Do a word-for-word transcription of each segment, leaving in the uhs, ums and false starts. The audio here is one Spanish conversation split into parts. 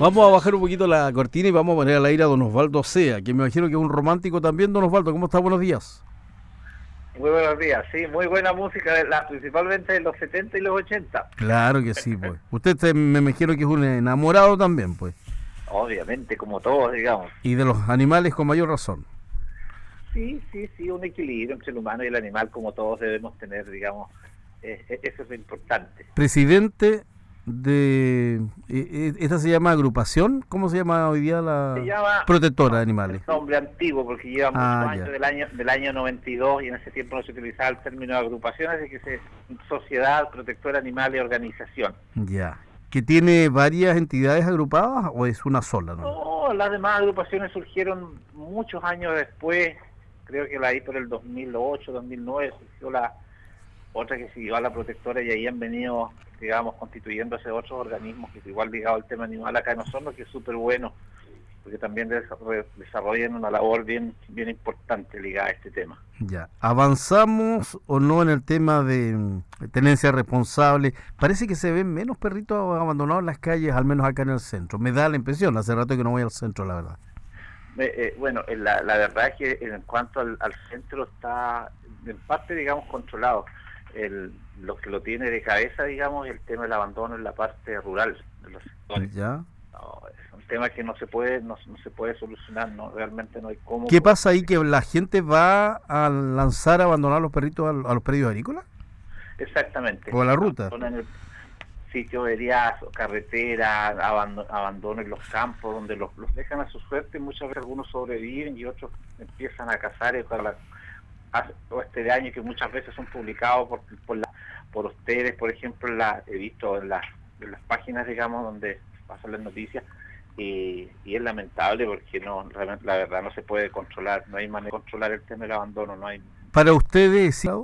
Vamos a bajar un poquito la cortina y vamos a poner al aire a don Osvaldo Sea, que me imagino que es un romántico también. Don Osvaldo, ¿cómo está? Buenos días. Muy buenos días, sí, muy buena música, de la, principalmente de los setenta y los ochenta. Claro que sí, pues. Usted te, me imagino que es un enamorado también, pues. Obviamente, como todos, digamos. Y de los animales con mayor razón. Sí, sí, sí, un equilibrio entre el humano y el animal, como todos debemos tener, digamos. Eh, eso es lo importante. Presidente de... Eh, ¿Esta se llama agrupación? ¿Cómo se llama hoy día la se llama, protectora no, de animales? Es un nombre antiguo, porque lleva muchos ah, años ya. del año del año noventa y dos, y en ese tiempo no se utilizaba el término de agrupación, así que es Sociedad Protectora Animal y Organización. Ya. ¿Que tiene varias entidades agrupadas o es una sola? No, no las demás agrupaciones surgieron muchos años después. Creo que la ahí por el dos mil ocho, dos mil nueve surgió la otra que siguió a la protectora, y ahí han venido, digamos, constituyéndose otros organismos que es igual ligado al tema animal acá en Osorno, que es súper bueno, porque también desarrollan una labor bien bien importante ligada a este tema. Ya, ¿avanzamos o no en el tema de tenencia responsable? Parece que se ven menos perritos abandonados en las calles, al menos acá en el centro. Me da la impresión, hace rato que no voy al centro, la verdad. Eh, eh, bueno, la, la verdad es que en cuanto al, al centro está en parte, digamos, controlado. El, lo que lo tiene de cabeza, digamos, el tema del abandono en la parte rural de los sectores. ¿Ya? No, es un tema que no se puede no, no se puede solucionar, no realmente no hay cómo. ¿Qué pasa ahí, que la gente va a lanzar a abandonar los perritos a, a los predios agrícolas? Exactamente. ¿O a la ruta? En el sitio de eriazo, carretera, abandono, abandono en los campos, donde los, los dejan a su suerte. Muchas veces algunos sobreviven y otros empiezan a cazar y para la o este de año, que muchas veces son publicados por por, la, por ustedes, por ejemplo, la, he visto en, la, en las páginas, digamos, donde pasan las noticias, y, y es lamentable porque no realmente, la verdad, no se puede controlar, no hay manera de controlar el tema del abandono, no hay. ¿Para ustedes sí?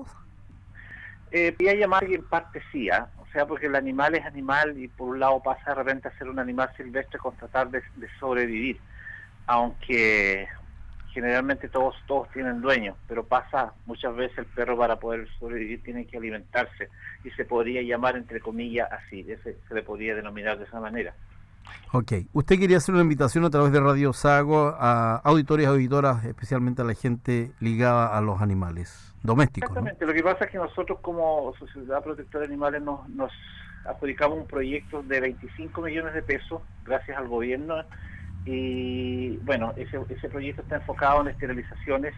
Eh, voy a llamar que en parte sí, ¿eh? O sea, porque el animal es animal y por un lado pasa de repente a ser un animal silvestre con tratar de, de sobrevivir, aunque generalmente todos todos tienen dueños, pero pasa muchas veces el perro, para poder sobrevivir, tiene que alimentarse, y se podría llamar entre comillas así, ese, se le podría denominar de esa manera. Ok, usted quería hacer una invitación a través de Radio Sago a auditores y auditoras, especialmente a la gente ligada a los animales domésticos. Exactamente, ¿no? Lo que pasa es que nosotros como Sociedad Protectora de Animales nos, nos adjudicamos un proyecto de veinticinco millones de pesos gracias al gobierno. Y bueno, ese, ese proyecto está enfocado en esterilizaciones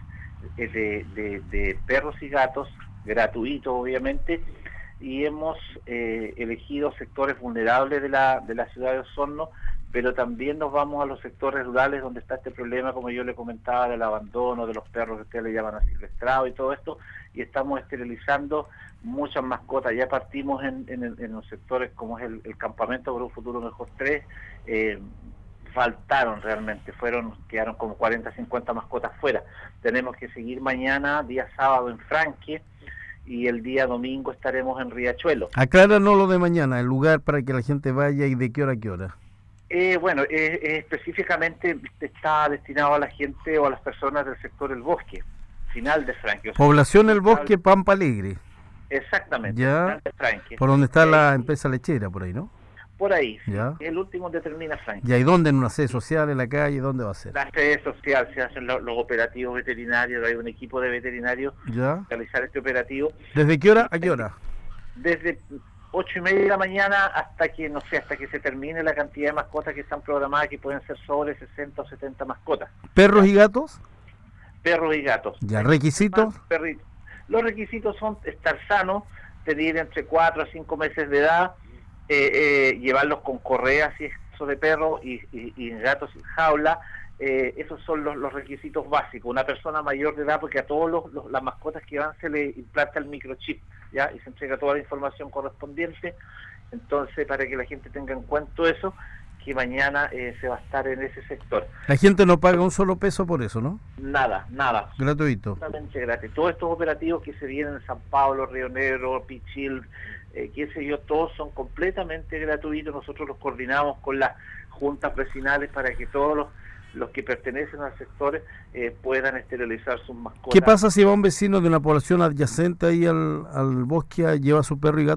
de, de, de perros y gatos, gratuitos obviamente, y hemos eh, elegido sectores vulnerables de la, de la ciudad de Osorno, pero también nos vamos a los sectores rurales donde está este problema, como yo le comentaba, del abandono de los perros que ustedes le llaman asilvestrados y todo esto, y estamos esterilizando muchas mascotas. Ya partimos en, en, en los sectores como es el, el Campamento por un Futuro Mejor tres, eh, faltaron realmente, fueron quedaron como cuarenta, cincuenta mascotas fuera. Tenemos que seguir mañana, día sábado, en Franque, y el día domingo estaremos en Riachuelo. Acláranos lo de mañana, el lugar para que la gente vaya y de qué hora a qué hora. Eh, bueno, eh, eh, específicamente está destinado a la gente o a las personas del sector El Bosque, final de Franque. O sea, Población El Bosque, Pampa Alegre. Exactamente, ya, final de Franque. Por donde está eh, la empresa lechera, por ahí, ¿no? Por ahí, ya. Sí, el último donde termina Franque. ¿Y ahí dónde? ¿En una sede social, en la calle? ¿Dónde va a ser? La sede social, se hacen los, los operativos veterinarios, hay un equipo de veterinarios ya. realizar este operativo. ¿Desde qué hora a qué hora? Desde ocho y media de la mañana hasta que, no sé, hasta que se termine la cantidad de mascotas que están programadas, que pueden ser sobre sesenta o setenta mascotas. ¿Perros y gatos? Perros y gatos. ¿Ya requisitos? Perritos. Los requisitos son estar sanos, tener entre cuatro a cinco meses de edad, eh, eh, llevarlos con correas si es caso de perro, y, y, y gatos en jaula. Eh, esos son los, los requisitos básicos. Una persona mayor de edad, porque a todos los, los, las mascotas que van se le implanta el microchip, ya, y se entrega toda la información correspondiente. Entonces, para que la gente tenga en cuenta eso, que mañana eh, se va a estar en ese sector. La gente no paga un solo peso por eso, ¿no? Nada, nada. Gratuito. Totalmente gratis. Todos estos operativos que se vienen en San Pablo, Río Negro, Pichil, eh, qué sé yo, todos son completamente gratuitos. Nosotros los coordinamos con las juntas vecinales para que todos los los que pertenecen al sector eh, puedan esterilizar sus mascotas. ¿Qué pasa si va un vecino de una población adyacente ahí al, al bosque, lleva su perro y gato?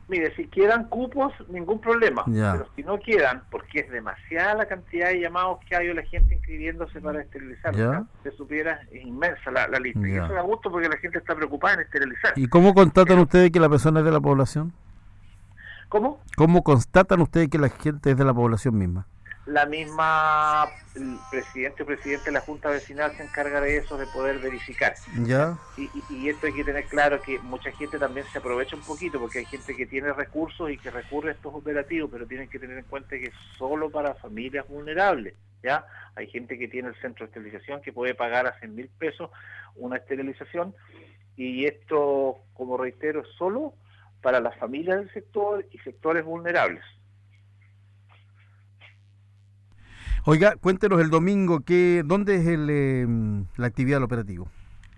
Mire, si quedan cupos, ningún problema. Ya. Pero si no quedan, porque es demasiada la cantidad de llamados que hay o la gente inscribiéndose para esterilizar. Ya. Si supiera, es inmensa la, la lista. Y Ya. eso da gusto porque la gente está preocupada en esterilizar. ¿Y cómo constatan ustedes que la persona es de la población? ¿Cómo? ¿Cómo constatan ustedes que la gente es de la población misma? La misma, el presidente o presidente de la Junta Vecinal se encarga de eso, de poder verificar. Ya. Y, y, y esto hay que tener claro que mucha gente también se aprovecha un poquito, porque hay gente que tiene recursos y que recurre a estos operativos, pero tienen que tener en cuenta que es solo para familias vulnerables, ¿ya? Hay gente que tiene el centro de esterilización que puede pagar a cien mil pesos una esterilización, y esto, como reitero, es solo para las familias del sector y sectores vulnerables. Oiga, cuéntenos el domingo, ¿qué, ¿dónde es el, eh, la actividad del operativo?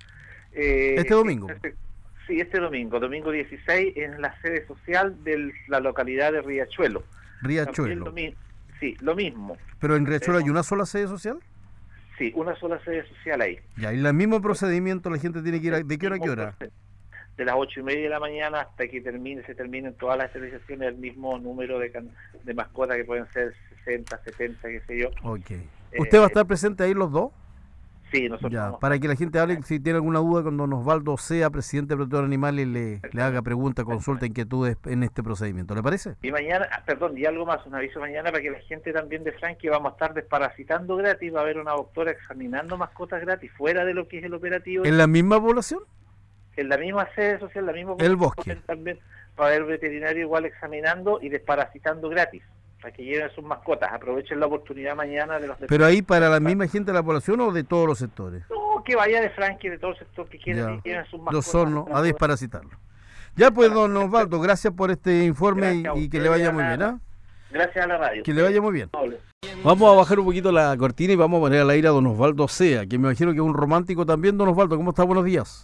Eh, ¿Este domingo? Este, sí, este domingo, domingo dieciséis, en la sede social de la localidad de Riachuelo. Riachuelo. Lo mi sí, lo mismo. ¿Pero en Riachuelo hay una sola sede social? Sí, una sola sede social ahí. Ya, y el mismo procedimiento la gente tiene que ir, a, ¿de qué hora a qué hora? De las ocho y media de la mañana hasta que termine, se terminen todas las esterilizaciones, el mismo número de, de mascotas que pueden ser sesenta, setenta, qué sé yo. Ok. ¿Usted eh, va a estar presente ahí los dos? Sí, nosotros. Ya, vamos. Para que la gente hable, si tiene alguna duda, cuando don Osvaldo sea presidente de Protector de Animales, le, le haga preguntas, consulta, inquietudes en este procedimiento. ¿Le parece? Y mañana, perdón, y algo más, un aviso mañana para que la gente también de Frankie, vamos a estar desparasitando gratis, va a haber una doctora examinando mascotas gratis, fuera de lo que es el operativo. ¿En la misma población? En la misma sede social, la misma el bosque. También va a haber veterinario igual examinando y desparasitando gratis, para que lleven sus mascotas. Aprovechen la oportunidad mañana de los... ¿Pero ahí para la misma gente de la población o de todos los sectores? No, que vaya de Frankie, de todo el sector que quieran, que lleven sus mascotas. Dos hornos a desparasitarlo. Ya pues, don Osvaldo, gracias por este informe y, y que le vaya muy bien. ¿eh? Gracias a la radio. Que le vaya muy bien. Vamos a bajar un poquito la cortina y vamos a poner al aire a don Osvaldo Sea, que me imagino que es un romántico también. Don Osvaldo, ¿cómo está? Buenos días.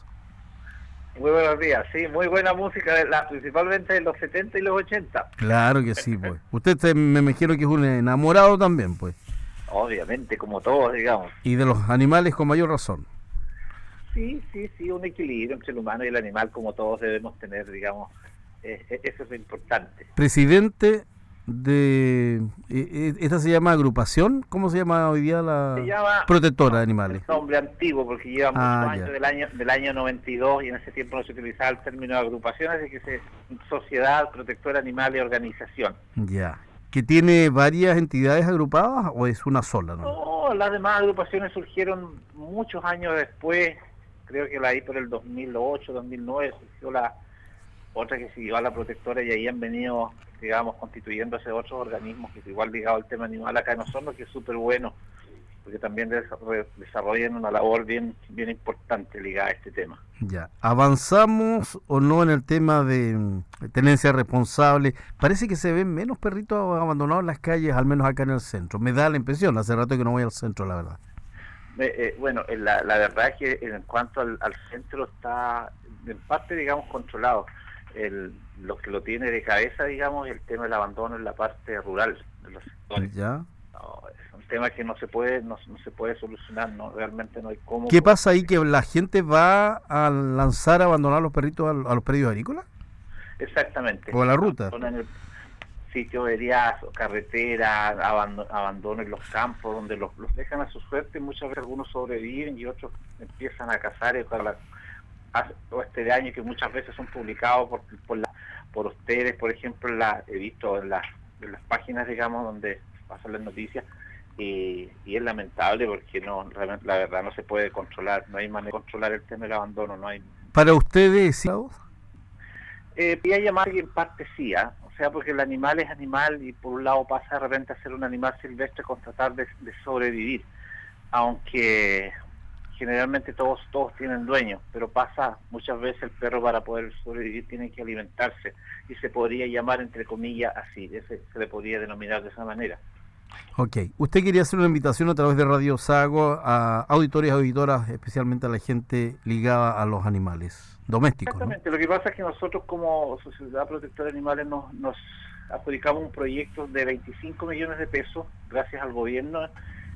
Muy buenos días, sí, muy buena música, la, principalmente de los setenta y los ochenta. Claro que sí, pues. Usted se, me imagino que es un enamorado también, pues. Obviamente, como todos, digamos. Y de los animales con mayor razón. Sí, sí, sí, un equilibrio entre el humano y el animal, como todos debemos tener, digamos. Eh, eso es lo importante. Presidente de... Eh, ¿Esta se llama agrupación? ¿Cómo se llama hoy día la se llama, protectora no, de animales? Es un nombre antiguo, porque lleva muchos ah, años del año, del año noventa y dos, y en ese tiempo no se utilizaba el término de agrupación, así que se Sociedad Protectora de Animales y Organización. Ya. ¿Que tiene varias entidades agrupadas o es una sola? No, no las demás agrupaciones surgieron muchos años después, creo que la ahí por el dos mil ocho, dos mil nueve surgió la otra que siguió a la protectora, y ahí han venido, digamos, constituyéndose otros organismos que igual ligado al tema animal acá en Osorno, que es súper bueno, porque también desarrollan una labor bien bien importante ligada a este tema. Ya, ¿avanzamos o no en el tema de tenencia responsable? Parece que se ven menos perritos abandonados en las calles, al menos acá en el centro. Me da la impresión, hace rato que no voy al centro, la verdad. Eh, eh, bueno, la, la verdad es que en cuanto al, al centro está, en parte, digamos, controlado. El, lo que lo tiene de cabeza, digamos, el tema del abandono en la parte rural de los sectores. Ya. No, es un tema que no se puede no, no se puede solucionar, no realmente no hay cómo. ¿Qué pasa ahí? ¿Que la gente va a lanzar a abandonar los perritos a, a los predios agrícolas? Exactamente. ¿O a la ruta? En el sitio de riazo, carretera, abandono, abandono en los campos, donde los, los dejan a su suerte. Muchas veces algunos sobreviven y otros empiezan a cazar y con la o este de año, que muchas veces son publicados por por, la, por ustedes, por ejemplo, la, he visto en, la, en las páginas, digamos, donde pasan las noticias, y, y es lamentable porque no la verdad no se puede controlar, no hay manera de controlar el tema del abandono, no hay. ¿Para ustedes sí? Eh, voy a llamar que en parte sí, ¿eh? O sea, porque el animal es animal y por un lado pasa de repente a ser un animal silvestre con tratar de, de sobrevivir, aunque generalmente todos todos tienen dueños, pero pasa muchas veces el perro para poder sobrevivir tiene que alimentarse, y se podría llamar entre comillas así, ese, se le podría denominar de esa manera. Ok, usted quería hacer una invitación a través de Radio Sago a auditores y auditoras, especialmente a la gente ligada a los animales domésticos. Exactamente, ¿no? Lo que pasa es que nosotros como Sociedad Protectora de Animales nos, nos adjudicamos un proyecto de veinticinco millones de pesos gracias al gobierno.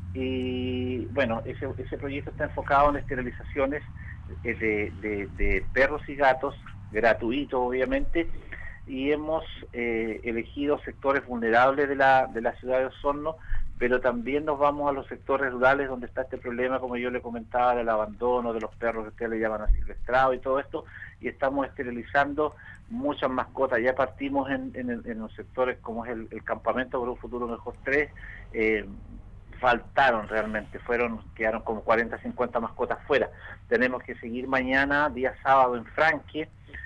Y bueno, ese, ese proyecto está enfocado en esterilizaciones de, de, de perros y gatos, gratuito obviamente, y hemos eh, elegido sectores vulnerables de la, de la ciudad de Osorno, pero también nos vamos a los sectores rurales donde está este problema, como yo le comentaba, del abandono, de los perros que ustedes le llaman asilvestrados y todo esto, y estamos esterilizando muchas mascotas. Ya partimos en, en, en los sectores como es el, el Campamento por un Futuro Mejor tres, eh, faltaron realmente, fueron quedaron como cuarenta, cincuenta mascotas fuera. Tenemos que seguir mañana, día sábado, en Franque,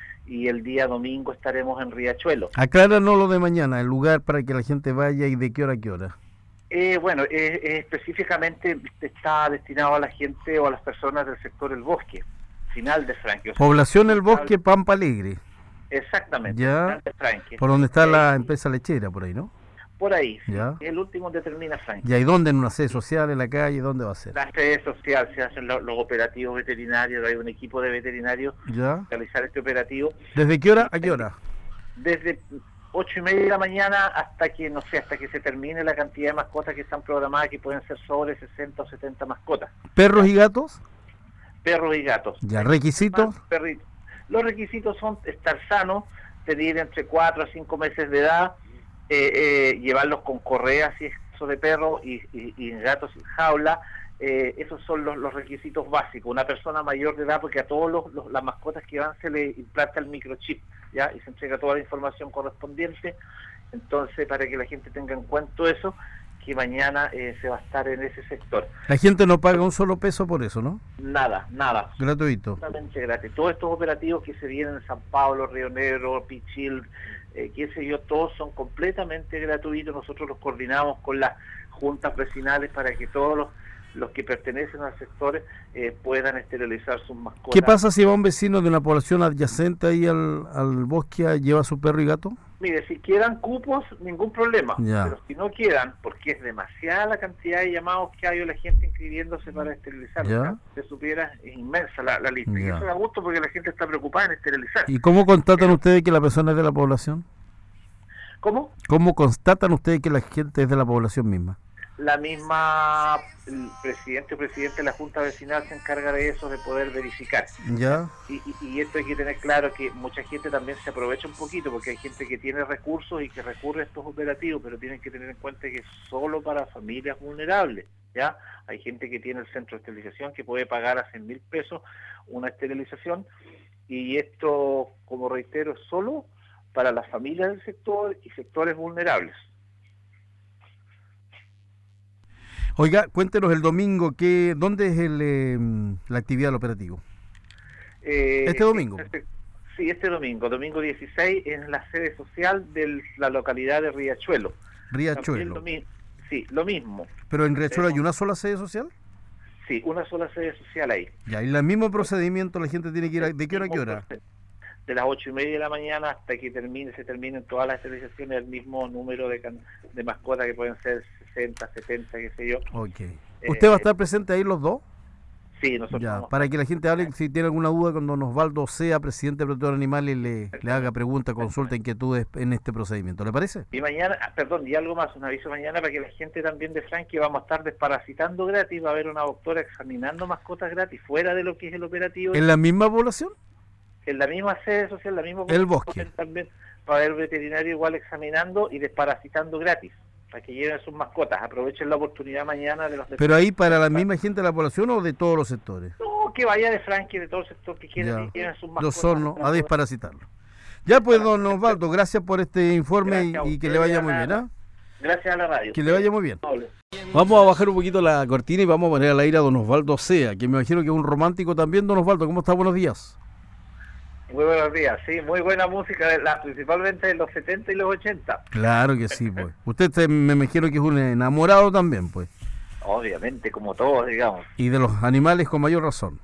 y el día domingo estaremos en Riachuelo. Acláranos lo de mañana, el lugar para que la gente vaya y de qué hora a qué hora. Eh, bueno, eh, eh, específicamente está destinado a la gente o a las personas del sector El Bosque, final de Franque. O sea, Población El Bosque, Pampa Alegre. Exactamente, Ya, final de Franque. por donde está Eh, la empresa lechera, por ahí, ¿no? Por ahí, sí, Ya. el último donde termina Franque. ¿Y ahí dónde? ¿En una sede social, en la calle? ¿Dónde va a ser? La sede social, se hacen lo- los operativos veterinarios, hay un equipo de veterinarios Ya. realizar este operativo ¿Desde qué hora a qué hora? desde ocho y media de la mañana hasta que, no sé, hasta que se termine la cantidad de mascotas que están programadas, que pueden ser sobre sesenta o setenta mascotas, ¿Perros y gatos? perros y gatos. Ya, ¿requisitos? Perritos. Los requisitos son estar sanos, tener entre cuatro a cinco meses de edad, eh, eh, llevarlos con correas si es caso de perro, y, y, y gatos en jaula. Eh, esos son los, los requisitos básicos. Una persona mayor de edad, porque a todos los, los- las mascotas que van se le implanta el microchip, ya, y se entrega toda la información correspondiente. Entonces, para que la gente tenga en cuenta eso, que mañana eh, se va a estar en ese sector. La gente no paga un solo peso por eso, ¿no? Nada, nada, Gratuito. totalmente gratis. Todos estos operativos que se vienen en San Pablo, Río Negro, Pichil, eh, qué sé yo, todos son completamente gratuitos. Nosotros los coordinamos con las juntas vecinales para que todos los, los que pertenecen al sector eh, puedan esterilizar sus mascotas. ¿Qué pasa si va un vecino de una población adyacente ahí al, al bosque a lleva su perro y gato? Mire, si quedan cupos, ningún problema. Ya. Pero si no quedan, porque es demasiada la cantidad de llamados que hay o la gente inscribiéndose para esterilizar. Ya. O sea, se supiera, es inmensa la, la lista. Y Ya. eso da gusto porque la gente está preocupada en esterilizar. ¿Y cómo constatan ustedes que la persona es de la población? ¿Cómo? ¿Cómo constatan ustedes que la gente es de la población misma? La misma, el presidente o presidente de la Junta Vecinal se encarga de eso, de poder verificar. ¿Ya? Y, y, y esto hay que tener claro, que mucha gente también se aprovecha un poquito, porque hay gente que tiene recursos y que recurre a estos operativos, pero tienen que tener en cuenta que es solo para familias vulnerables, ¿ya? Hay gente que tiene el centro de esterilización que puede pagar a cien mil pesos una esterilización, y esto, como reitero, es solo para las familias del sector y sectores vulnerables. Oiga, cuéntenos el domingo, ¿qué, ¿dónde es el, eh, la actividad del operativo? Eh, ¿Este domingo? Este, sí, este domingo, domingo dieciséis, en la sede social de la localidad de Riachuelo. También Riachuelo. lo mi- sí, lo mismo. ¿Pero en Riachuelo hay una sola sede social? Sí, una sola sede social ahí. Ya, y el mismo procedimiento la gente tiene que ir a, ¿de qué hora a qué hora? De las ocho y media de la mañana hasta que termine, se terminen todas las esterilizaciones, el mismo número de, can- de mascotas, que pueden ser sesenta, setenta, qué sé yo. Ok. ¿Usted va a estar presente ahí los dos? Sí, nosotros Ya, vamos. para que la gente hable, si tiene alguna duda, cuando Osvaldo sea presidente de Protector de Animales, le, le haga preguntas, consulta, inquietudes en este procedimiento. ¿Le parece? Y mañana, ah, perdón, y algo más, un aviso mañana para que la gente también de Frankie, vamos a estar desparasitando gratis, va a haber una doctora examinando mascotas gratis, fuera de lo que es el operativo. ¿En la misma población? En la misma sede social, la misma El Bosque. también va a haber veterinario igual examinando y desparasitando gratis, para que lleven sus mascotas. Aprovechen la oportunidad mañana de los... ¿Pero ahí para la misma gente de la población o de todos los sectores? No, que vaya de Frankie, de todo el sector que quieran, Ya. y lleven sus mascotas. Los Hornos, a desparasitarlo. Ya pues, don Osvaldo, gracias por este informe y, Gracias a y que usted, le vaya muy Ana. bien, ¿ah? Gracias a la radio. Que le vaya muy bien. Noble. Vamos a bajar un poquito la cortina y vamos a poner al aire a don Osvaldo Sea, que me imagino que es un romántico también. Don Osvaldo, ¿cómo está? Buenos días. Muy buenos días, sí, muy buena música, de la, principalmente de los setenta y los ochenta. Claro que sí, pues. Usted se- me imagino que es un enamorado también, pues. Obviamente, como todos, digamos. Y de los animales con mayor razón.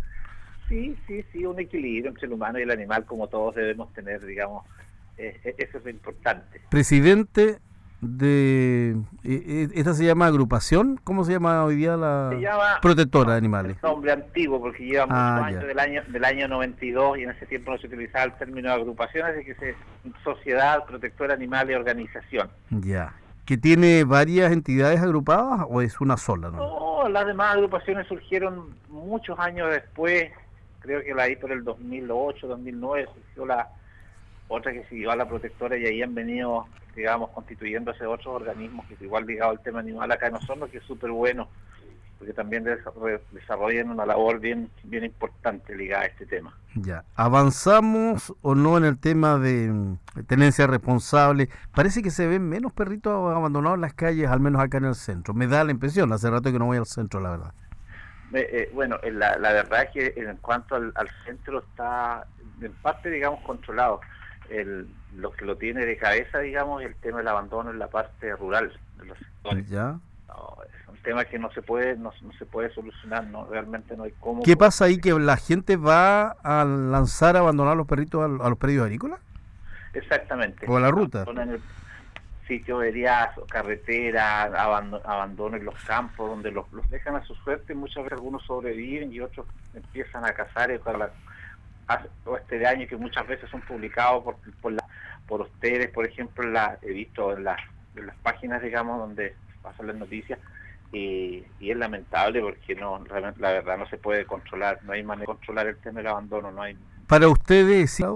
Sí, sí, sí, un equilibrio entre el humano y el animal, como todos debemos tener, digamos. Eh, eh, eso es lo importante. Presidente de... eh, eh, ¿Esta se llama agrupación? ¿Cómo se llama hoy día la Se llama- protectora de animales? Es nombre antiguo, porque lleva muchos Ah, años, ya. del año del año noventa y dos, y en ese tiempo no se utilizaba el término de agrupación, así que se Sociedad Protectora Animal y Organización. Ya. ¿Que tiene varias entidades agrupadas o es una sola? ¿No? No, las demás agrupaciones surgieron muchos años después, creo que la ahí por el dos mil ocho, dos mil nueve surgió la, otra que siguió a la protectora, y ahí han venido, digamos, constituyéndose otros organismos que igual ligado al tema animal acá en Osorno, que es súper bueno, porque también desarrollan una labor bien bien importante ligada a este tema. Ya, ¿avanzamos o no en el tema de mm, tenencia responsable? Parece que se ven menos perritos abandonados en las calles, al menos acá en el centro. Me da la impresión, hace rato que no voy al centro, la verdad. Eh, eh, bueno, eh, la, la verdad es que en cuanto al, al centro está en parte, digamos, controlado. El, lo que lo tiene de cabeza, digamos, el tema del abandono en la parte rural de los sectores. Ya. No, es un tema que no se puede no, no se puede solucionar, no realmente no hay cómo. ¿Qué pasa ahí, que la gente va a lanzar a abandonar los perritos a, a los predios agrícolas? Exactamente. ¿O a la ruta? En el sitio de riazo, carretera, abandono, abandono en los campos, donde los, los dejan a su suerte. Muchas veces algunos sobreviven y otros empiezan a cazar y para la, o este de año, que muchas veces son publicados por por, la, por ustedes, por ejemplo, la, he visto en, la, en las páginas, digamos, donde pasan las noticias, y, y es lamentable porque no, la verdad no se puede controlar, no hay manera de controlar el tema del abandono, no hay. ¿Para ustedes, sí?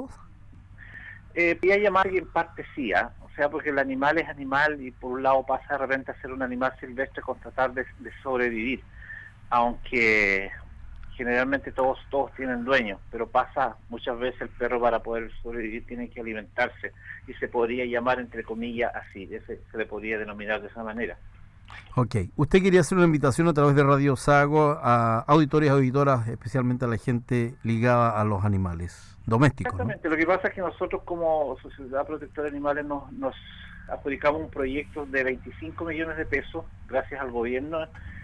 Eh, voy a llamar que en parte sí, ¿eh? O sea, porque el animal es animal y por un lado pasa de repente a ser un animal silvestre con tratar de, de sobrevivir, aunque generalmente todos todos tienen dueños, pero pasa muchas veces el perro para poder sobrevivir tiene que alimentarse, y se podría llamar entre comillas así, ese, se le podría denominar de esa manera. Ok, usted quería hacer una invitación a través de Radio Sago a auditores y auditoras, especialmente a la gente ligada a los animales domésticos. Exactamente, ¿no? Lo que pasa es que nosotros como Sociedad Protectora de Animales nos, nos adjudicamos un proyecto de veinticinco millones de pesos gracias al gobierno,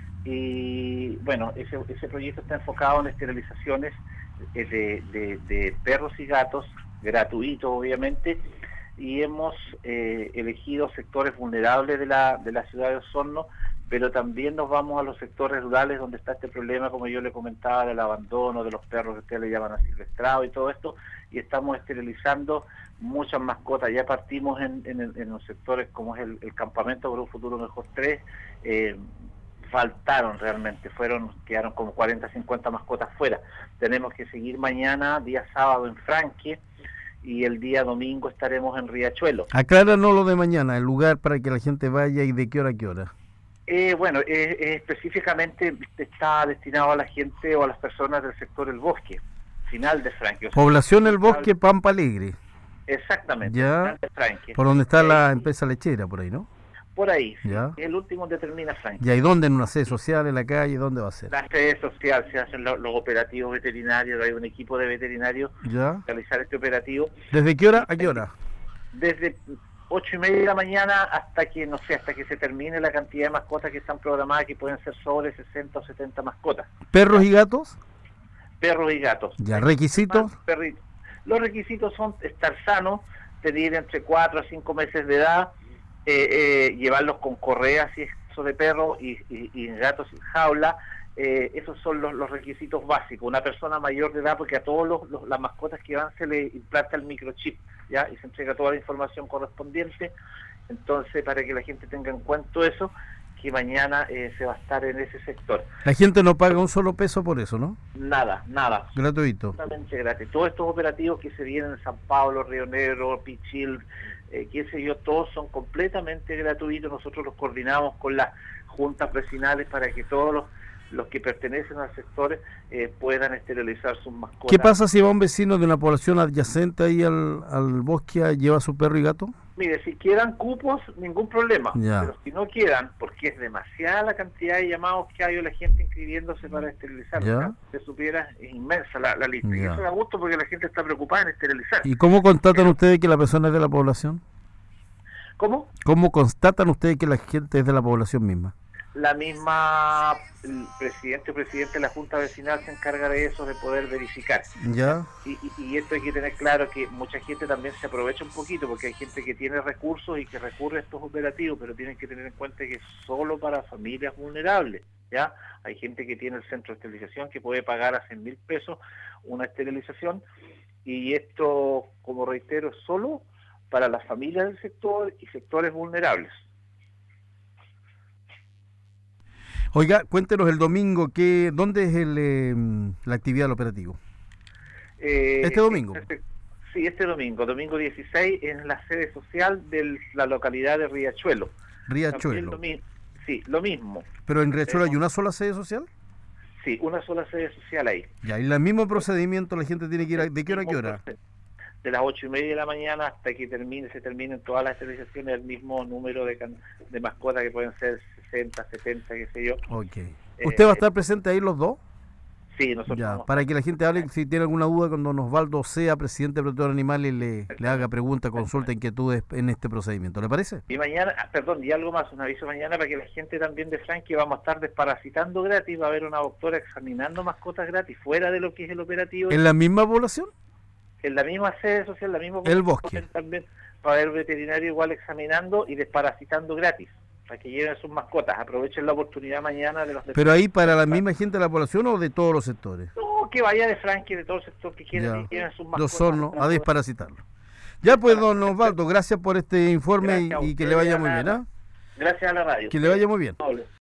y bueno, ese, ese proyecto está enfocado en esterilizaciones de, de, de perros y gatos, gratuitos obviamente, y hemos eh, elegido sectores vulnerables de la, de la ciudad de Osorno, pero también nos vamos a los sectores rurales donde está este problema, como yo le comentaba, del abandono de los perros que ustedes le llaman asilvestrados y todo esto, y estamos esterilizando muchas mascotas. Ya partimos en, en, en los sectores como es el, el Campamento por un Futuro Mejor tres, eh, faltaron realmente, fueron quedaron como cuarenta, cincuenta mascotas fuera. Tenemos que seguir mañana, día sábado, en Franque, y el día domingo estaremos en Riachuelo. Acláranos lo de mañana, el lugar para que la gente vaya y de qué hora a qué hora. Eh, bueno, eh, eh, específicamente está destinado a la gente o a las personas del sector El Bosque, final de Franque. O sea, Población El Bosque, Pampa Alegre. Exactamente, Ya, final de Franque. por donde está eh, la empresa lechera, por ahí, ¿no? Por ahí, sí, Ya. el último donde termina Franque. ¿Y ahí dónde? ¿En una sede social, en la calle? ¿Dónde va a ser? La sede social, se hacen los, los operativos veterinarios, hay un equipo de veterinarios Ya. realizar este operativo. ¿Desde qué hora a qué hora? Desde ocho y media de la mañana hasta que, no sé, hasta que se termine la cantidad de mascotas que están programadas, que pueden ser sobre sesenta o setenta mascotas. ¿Perros y gatos? Perros y gatos. Ya, ¿requisitos? Perritos. Los requisitos son estar sanos, tener entre cuatro a cinco meses de edad, eh, eh, llevarlos con correa si es caso de perro, y, y, y gatos en jaula. Eh, esos son los, los requisitos básicos. Una persona mayor de edad, porque a todos los, los, las mascotas que van se le implanta el microchip, ¿ya? Y se entrega toda la información correspondiente. Entonces, para que la gente tenga en cuenta eso, que mañana eh, se va a estar en ese sector. La gente no paga un solo peso por eso, ¿no? Nada, nada. Gratuito. Totalmente gratis. Todos estos operativos que se vienen en San Pablo, Río Negro, Pichil, eh, qué sé yo, todos son completamente gratuitos. Nosotros los coordinamos con las juntas vecinales para que todos los los que pertenecen al sector eh, puedan esterilizar sus mascotas. ¿Qué pasa si va un vecino de una población adyacente ahí al, al bosque a lleva su perro y gato? Mire, si quieran cupos, ningún problema. Ya. Pero si no quieran, porque es demasiada la cantidad de llamados que hay o la gente inscribiéndose para esterilizar, Ya. se supiera, es inmensa la, la lista. Ya. Y eso da gusto porque la gente está preocupada en esterilizar. ¿Y cómo constatan ustedes que la persona es de la población? ¿Cómo? ¿Cómo constatan ustedes que la gente es de la población misma? La misma, el presidente o presidente de la Junta Vecinal se encarga de eso, de poder verificar. Ya. Y, y, y esto hay que tener claro, que mucha gente también se aprovecha un poquito, porque hay gente que tiene recursos y que recurre a estos operativos, pero tienen que tener en cuenta que es solo para familias vulnerables, ¿ya? Hay gente que tiene el centro de esterilización que puede pagar a cien mil pesos una esterilización, y esto, como reitero, es solo para las familias del sector y sectores vulnerables. Oiga, cuéntenos el domingo, ¿qué, ¿dónde es el, eh, la actividad del operativo? Eh, Este domingo. Sí, Sí, este domingo, domingo dieciséis, en la sede social de la localidad de Riachuelo. Riachuelo. Lo mi sí, lo mismo. ¿Pero en Riachuelo hay una sola sede social? Sí, una sola sede social ahí. Y ahí el mismo procedimiento, la gente tiene que ir a, ¿de qué hora a qué hora? De las ocho y media de la mañana hasta que termine, se terminen todas las esterilizaciones, el mismo número de, de mascotas que pueden ser sesenta, setenta, qué sé yo. Ok. Eh, ¿Usted va a estar presente ahí los dos? Sí, nosotros ya, vamos. Para que la gente hable, si tiene alguna duda, cuando don Osvaldo sea presidente de Protector de Animales, le, le haga preguntas, consulta, inquietudes en este procedimiento. ¿Le parece? Y mañana, ah, perdón, y algo más, un aviso mañana para que la gente también de Franqui, vamos a estar desparasitando gratis, va a haber una doctora examinando mascotas gratis, fuera de lo que es el operativo. ¿En la misma población? En la misma sede social, la misma El Bosque. También va a haber veterinario igual examinando y desparasitando gratis, para que lleven sus mascotas. Aprovechen la oportunidad mañana de los... ¿Pero ahí para la misma gente de la población o de todos los sectores? No, que vaya de Franqui, de todo el sector que quieran, y lleven sus mascotas. Los hornos a desparasitarlo. Ya pues, don Osvaldo, gracias por este informe y, y que le vaya muy bien. ¿ah? Gracias a la radio. Que le vaya muy bien.